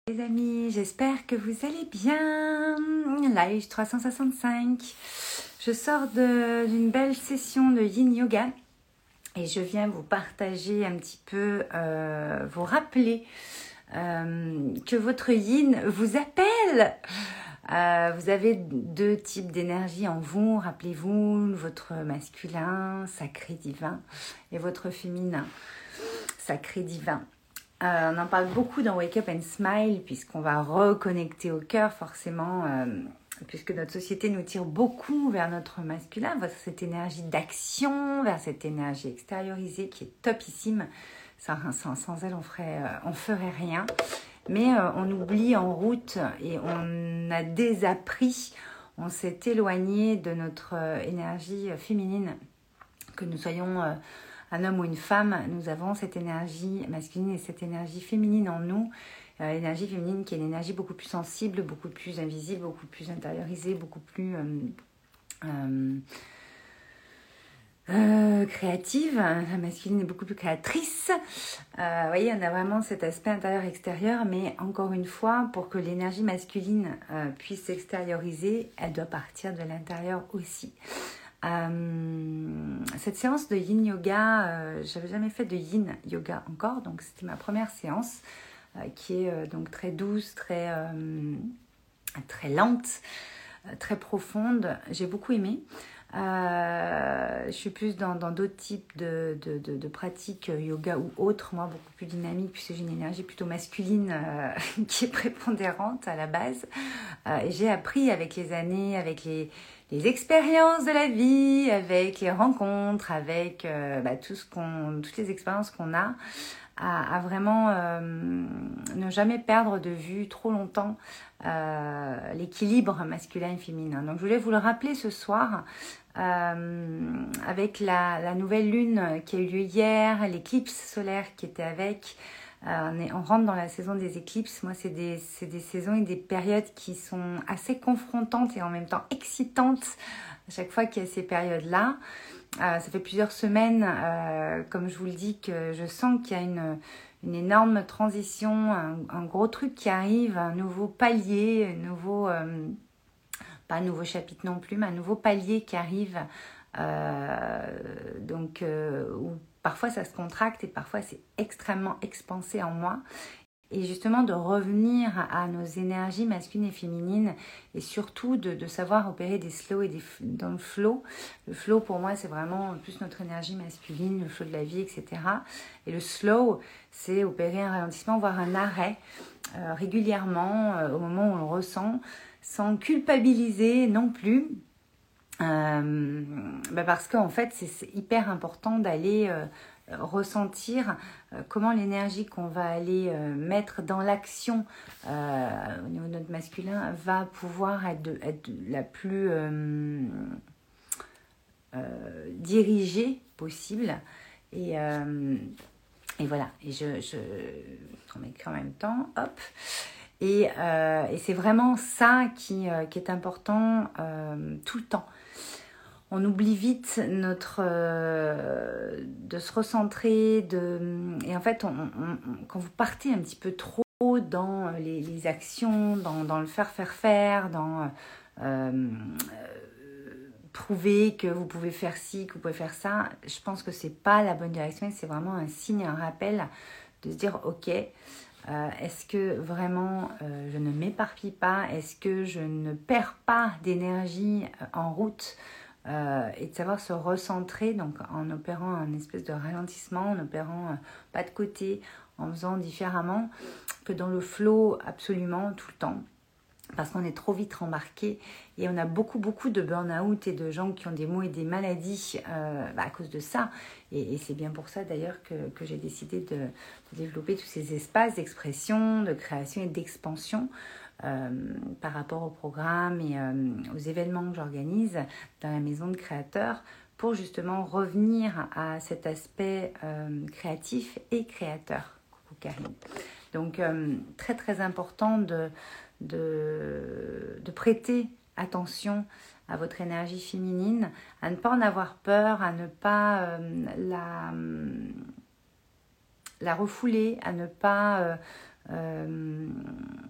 Les amis, j'espère que vous allez bien. Live 365. Je sors d'une belle session de Yin Yoga et je viens vous partager un petit peu, vous rappeler que votre Yin vous appelle. Vous avez deux types d'énergie en vous, rappelez-vous, votre masculin, sacré divin, et votre féminin, sacré divin. On en parle beaucoup dans Wake Up and Smile, puisqu'on va reconnecter au cœur forcément, puisque notre société nous tire beaucoup vers notre masculin, vers cette énergie d'action, vers cette énergie extériorisée qui est topissime. Sans elle, on ferait rien. Mais on oublie en route et on a désappris, on s'est éloigné de notre énergie féminine, que nous soyons un homme ou une femme, nous avons cette énergie masculine et cette énergie féminine en nous. L'énergie féminine qui est une énergie beaucoup plus sensible, beaucoup plus invisible, beaucoup plus intériorisée, beaucoup plus créative. La masculine est beaucoup plus créatrice. Vous voyez, on a vraiment cet aspect intérieur-extérieur, mais encore une fois, pour que l'énergie masculine puisse s'extérioriser, elle doit partir de l'intérieur aussi. Cette séance de Yin Yoga, j'avais jamais fait de Yin Yoga encore, donc c'était ma première séance qui est donc très douce, très lente, très profonde. J'ai beaucoup aimé. Je suis plus dans d'autres types de pratiques yoga ou autres, moi beaucoup plus dynamique puisque j'ai une énergie plutôt masculine qui est prépondérante à la base. Et j'ai appris avec les années, avec les expériences de la vie, avec les rencontres, avec toutes les expériences qu'on a, à vraiment ne jamais perdre de vue trop longtemps l'équilibre masculin et féminin. Donc je voulais vous le rappeler ce soir avec la nouvelle lune qui a eu lieu hier, l'éclipse solaire qui était avec. On rentre dans la saison des éclipses. Moi, c'est des saisons et des périodes qui sont assez confrontantes et en même temps excitantes à chaque fois qu'il y a ces périodes-là. Ça fait plusieurs semaines, comme je vous le dis, que je sens qu'il y a une énorme transition, un gros truc qui arrive, un nouveau palier, pas un nouveau chapitre non plus, mais un nouveau palier qui arrive, où parfois ça se contracte et parfois c'est extrêmement expansé en moi. Et justement de revenir à nos énergies masculines et féminines et surtout de savoir opérer des slows et dans le flow. Le flow pour moi c'est vraiment plus notre énergie masculine, le flow de la vie, etc. Et le slow c'est opérer un ralentissement, voire un arrêt régulièrement au moment où on le ressent, sans culpabiliser non plus. Parce qu'en fait c'est hyper important d'aller ressentir comment l'énergie qu'on va aller mettre dans l'action au niveau de notre masculin va pouvoir être la plus dirigée possible. Et voilà, et je m'écris en même temps, hop. Et c'est vraiment ça qui est important tout le temps. On oublie vite de se recentrer, et en fait, quand vous partez un petit peu trop dans les actions, dans le faire, dans prouver que vous pouvez faire ci, que vous pouvez faire ça, je pense que c'est pas la bonne direction, c'est vraiment un signe, un rappel de se dire ok, est-ce que vraiment je ne m'éparpille pas, est-ce que je ne perds pas d'énergie en route, et de savoir se recentrer, donc en opérant un espèce de ralentissement, en opérant pas de côté, en faisant différemment que dans le flow absolument tout le temps, parce qu'on est trop vite rembarqué et on a beaucoup de burn-out et de gens qui ont des maux et des maladies à cause de ça, et c'est bien pour ça d'ailleurs que j'ai décidé de développer tous ces espaces d'expression, de création et d'expansion par rapport au programme et aux événements que j'organise dans la maison de créateurs pour justement revenir à cet aspect créatif et créateur. Coucou Karine. Donc très important de prêter attention à votre énergie féminine, à ne pas en avoir peur, à ne pas la refouler, à ne pas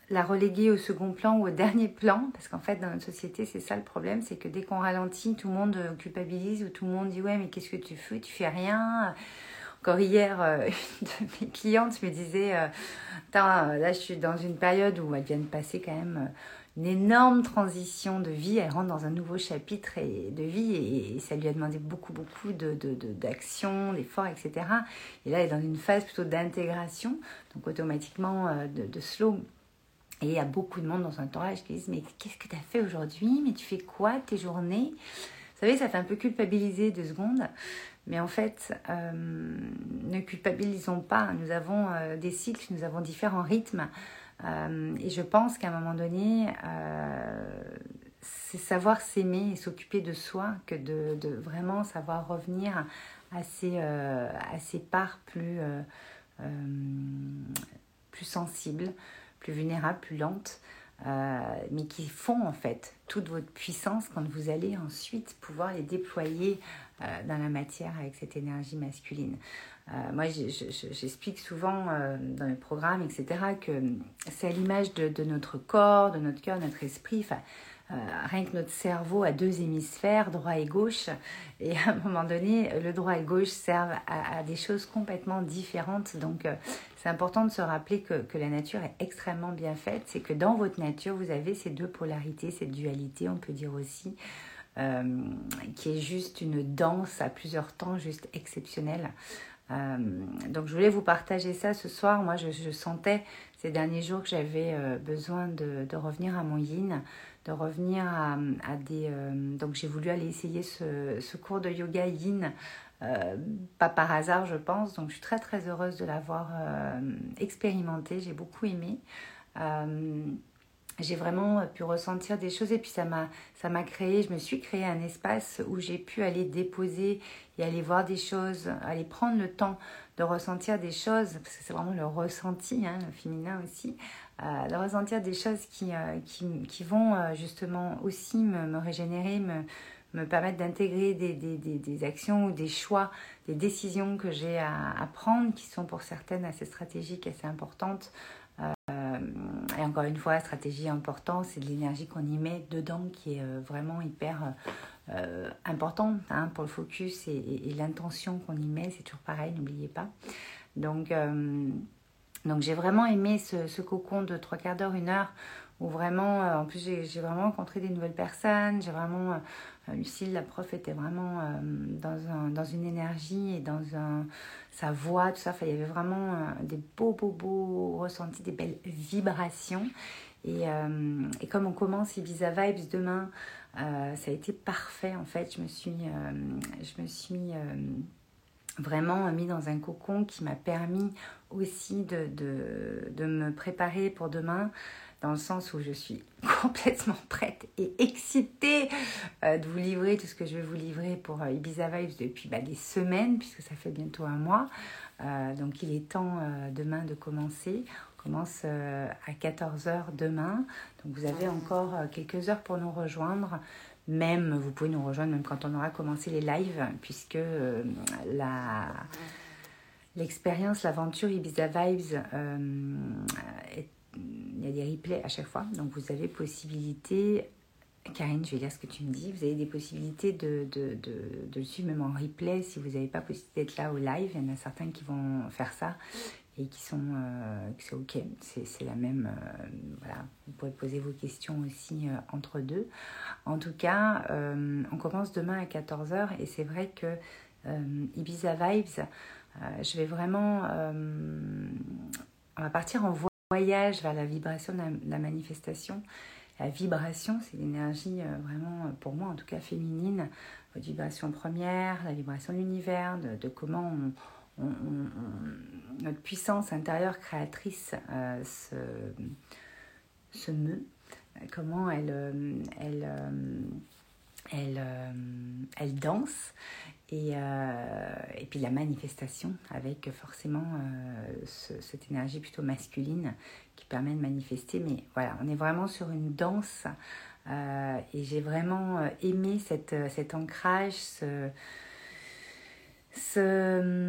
la reléguer au second plan ou au dernier plan, parce qu'en fait dans notre société c'est ça le problème, c'est que dès qu'on ralentit, tout le monde culpabilise ou tout le monde dit ouais mais qu'est-ce que tu fais rien. Encore hier, une de mes clientes me disait là je suis dans une période où elle vient de passer quand même une énorme transition de vie, elle rentre dans un nouveau chapitre de vie et ça lui a demandé beaucoup d'action, d'efforts, etc. Et là elle est dans une phase plutôt d'intégration, donc automatiquement de slow. Et il y a beaucoup de monde dans son entourage qui disent mais qu'est-ce que tu as fait aujourd'hui? Mais tu fais quoi tes journées? Vous savez, ça fait un peu culpabiliser 2 secondes. Mais en fait, ne culpabilisons pas. Nous avons des cycles, nous avons différents rythmes. Et je pense qu'à un moment donné, c'est savoir s'aimer et s'occuper de soi que de vraiment savoir revenir à ces parts plus sensibles, plus vulnérables, plus lentes, mais qui font en fait toute votre puissance quand vous allez ensuite pouvoir les déployer dans la matière avec cette énergie masculine. Moi, j'explique souvent dans les programmes, etc., que c'est à l'image de notre corps, de notre cœur, de notre esprit. Enfin, rien que notre cerveau a 2 hémisphères, droit et gauche. Et à un moment donné, le droit et gauche servent à des choses complètement différentes. Donc, c'est important de se rappeler que la nature est extrêmement bien faite. C'est que dans votre nature, vous avez ces 2 polarités, cette dualité, on peut dire aussi, qui est juste une danse à plusieurs temps, juste exceptionnelle. Donc je voulais vous partager ça ce soir. Moi je sentais ces derniers jours que j'avais besoin de revenir à mon yin, de revenir à des... donc j'ai voulu aller essayer ce cours de yoga yin, pas par hasard je pense. Donc je suis très très heureuse de l'avoir expérimenté, j'ai beaucoup aimé. J'ai vraiment pu ressentir des choses et puis ça m'a créé, je me suis créé un espace où j'ai pu aller déposer et aller voir des choses, aller prendre le temps de ressentir des choses, parce que c'est vraiment le ressenti, hein, le féminin aussi, de ressentir des choses qui vont justement aussi me régénérer, me permettre d'intégrer des actions ou des choix, des décisions que j'ai à prendre, qui sont pour certaines assez stratégiques, assez importantes. Et encore une fois, la stratégie importante, c'est de l'énergie qu'on y met dedans qui est vraiment hyper importante hein, pour le focus et l'intention qu'on y met, c'est toujours pareil, n'oubliez pas. Donc j'ai vraiment aimé ce cocon de 3/4 d'heure, 1 heure, où vraiment, en plus j'ai vraiment rencontré des nouvelles personnes, j'ai vraiment, Lucille, la prof, était vraiment dans une énergie et dans sa voix, tout ça, enfin, il y avait vraiment des beaux ressentis, des belles vibrations. Et comme on commence Ibiza Vibes demain, ça a été parfait en fait, je me suis vraiment mis dans un cocon qui m'a permis aussi de me préparer pour demain, dans le sens où je suis complètement prête et excitée de vous livrer tout ce que je vais vous livrer pour Ibiza Vibes depuis des semaines, puisque ça fait bientôt 1 mois. Donc il est temps demain de commencer. On commence à 14h demain. Donc vous avez encore quelques heures pour nous rejoindre. Même, vous pouvez nous rejoindre même quand on aura commencé les lives, puisque l'expérience, l'aventure Ibiza Vibes, il y a des replays à chaque fois. Donc vous avez possibilité, Karine, je vais lire ce que tu me dis, vous avez des possibilités de le suivre même en replay si vous n'avez pas possibilité d'être là au live. Il y en a certains qui vont faire ça et qui sont c'est ok, c'est la même, voilà, vous pouvez poser vos questions aussi entre deux. En tout cas, on commence demain à 14h et c'est vrai que Ibiza Vibes, je vais vraiment, on va partir en voyage vers la vibration de la manifestation. La vibration, c'est l'énergie vraiment, pour moi en tout cas féminine, votre vibration première, la vibration de l'univers, de comment notre puissance intérieure créatrice se meut, comment elle danse, et puis la manifestation avec forcément cette énergie plutôt masculine qui permet de manifester. Mais voilà, on est vraiment sur une danse et j'ai vraiment aimé cet ancrage,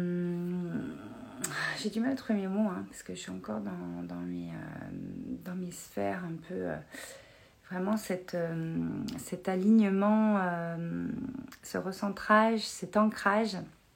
j'ai du mal à trouver mes mots parce que je suis encore dans mes hémisphères, un peu vraiment cet alignement, ce recentrage, cet ancrage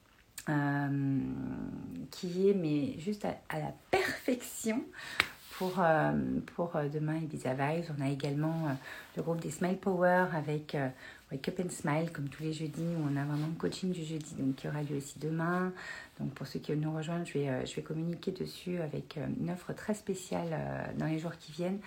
qui est mais juste à la perfection pour demain Ibiza Vibes. On a également le groupe des Smile Power avec Wake Up and Smile comme tous les jeudis où on a vraiment le coaching du jeudi donc qui aura lieu aussi demain. Donc pour ceux qui veulent nous rejoindre, je vais communiquer dessus avec une offre très spéciale dans les jours qui viennent.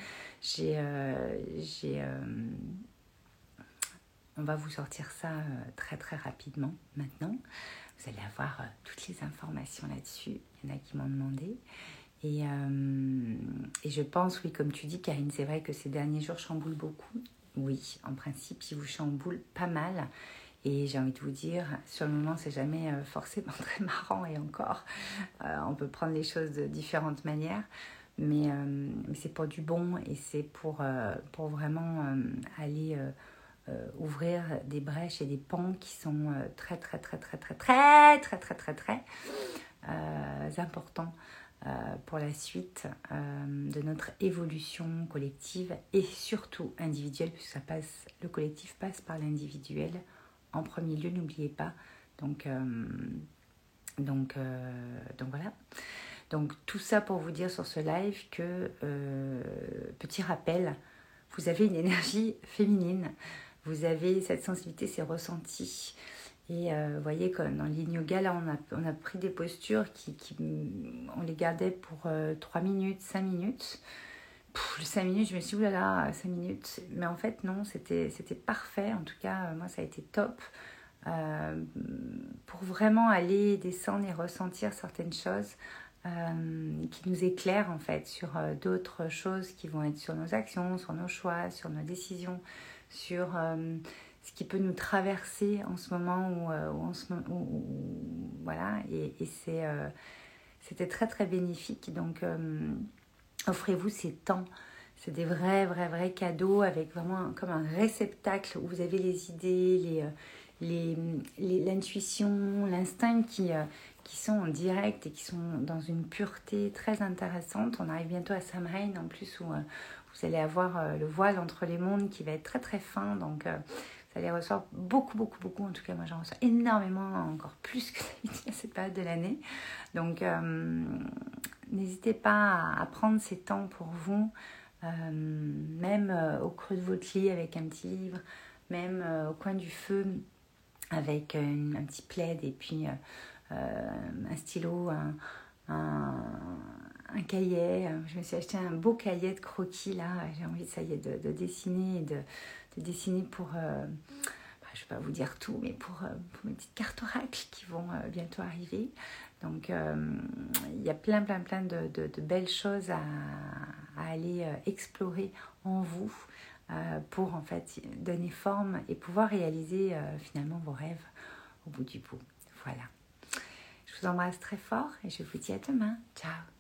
On va vous sortir ça très très rapidement maintenant. Vous allez avoir toutes les informations là-dessus. Il y en a qui m'ont demandé. Et je pense, oui, comme tu dis, Karine, c'est vrai que ces derniers jours chamboulent beaucoup. Oui, en principe, ils vous chamboulent pas mal. Et j'ai envie de vous dire, sur le moment, c'est jamais forcément très marrant. Et encore, on peut prendre les choses de différentes manières. Mais c'est pour du bon et c'est pour vraiment aller ouvrir des brèches et des pans qui sont très, très, très, très, très, très, très, très, très, très importants pour la suite de notre évolution collective et surtout individuelle, puisque le collectif passe par l'individuel en premier lieu, n'oubliez pas. Donc voilà. Donc tout ça pour vous dire sur ce live que, petit rappel, vous avez une énergie féminine, vous avez cette sensibilité, ces ressentis. Et vous voyez que dans l'yin yoga, là, on a pris des postures on les gardait pour 3 minutes, 5 minutes. Le 5 minutes, je me suis dit, oulala, 5 minutes. Mais en fait, non, c'était parfait. En tout cas, moi, ça a été top. Pour vraiment aller descendre et ressentir certaines choses qui nous éclairent, en fait, sur d'autres choses qui vont être sur nos actions, sur nos choix, sur nos décisions, sur ce qui peut nous traverser en ce moment voilà, et c'était très très bénéfique. Donc offrez-vous ces temps, c'est des vrais cadeaux avec vraiment comme un réceptacle où vous avez les idées, l'intuition, l'instinct qui sont en direct et qui sont dans une pureté très intéressante. On arrive bientôt à Samhain en plus où vous allez avoir le voile entre les mondes qui va être très très fin, donc vous allez recevoir beaucoup, en tout cas moi j'en reçois énormément, encore plus que d'habitude à cette période de l'année. Donc n'hésitez pas à prendre ces temps pour vous, même au creux de votre lit avec un petit livre, même au coin du feu avec un petit plaid et puis un stylo, un cahier. Je me suis acheté un beau cahier de croquis là, j'ai envie ça y est de dessiner et de dessiner pour je ne vais pas vous dire tout, mais pour mes petites cartes oracles qui vont bientôt arriver. Donc il y a plein de belles choses à aller explorer en vous pour en fait donner forme et pouvoir réaliser finalement vos rêves au bout du bout. Voilà. Je vous embrasse très fort et je vous dis à demain. Ciao.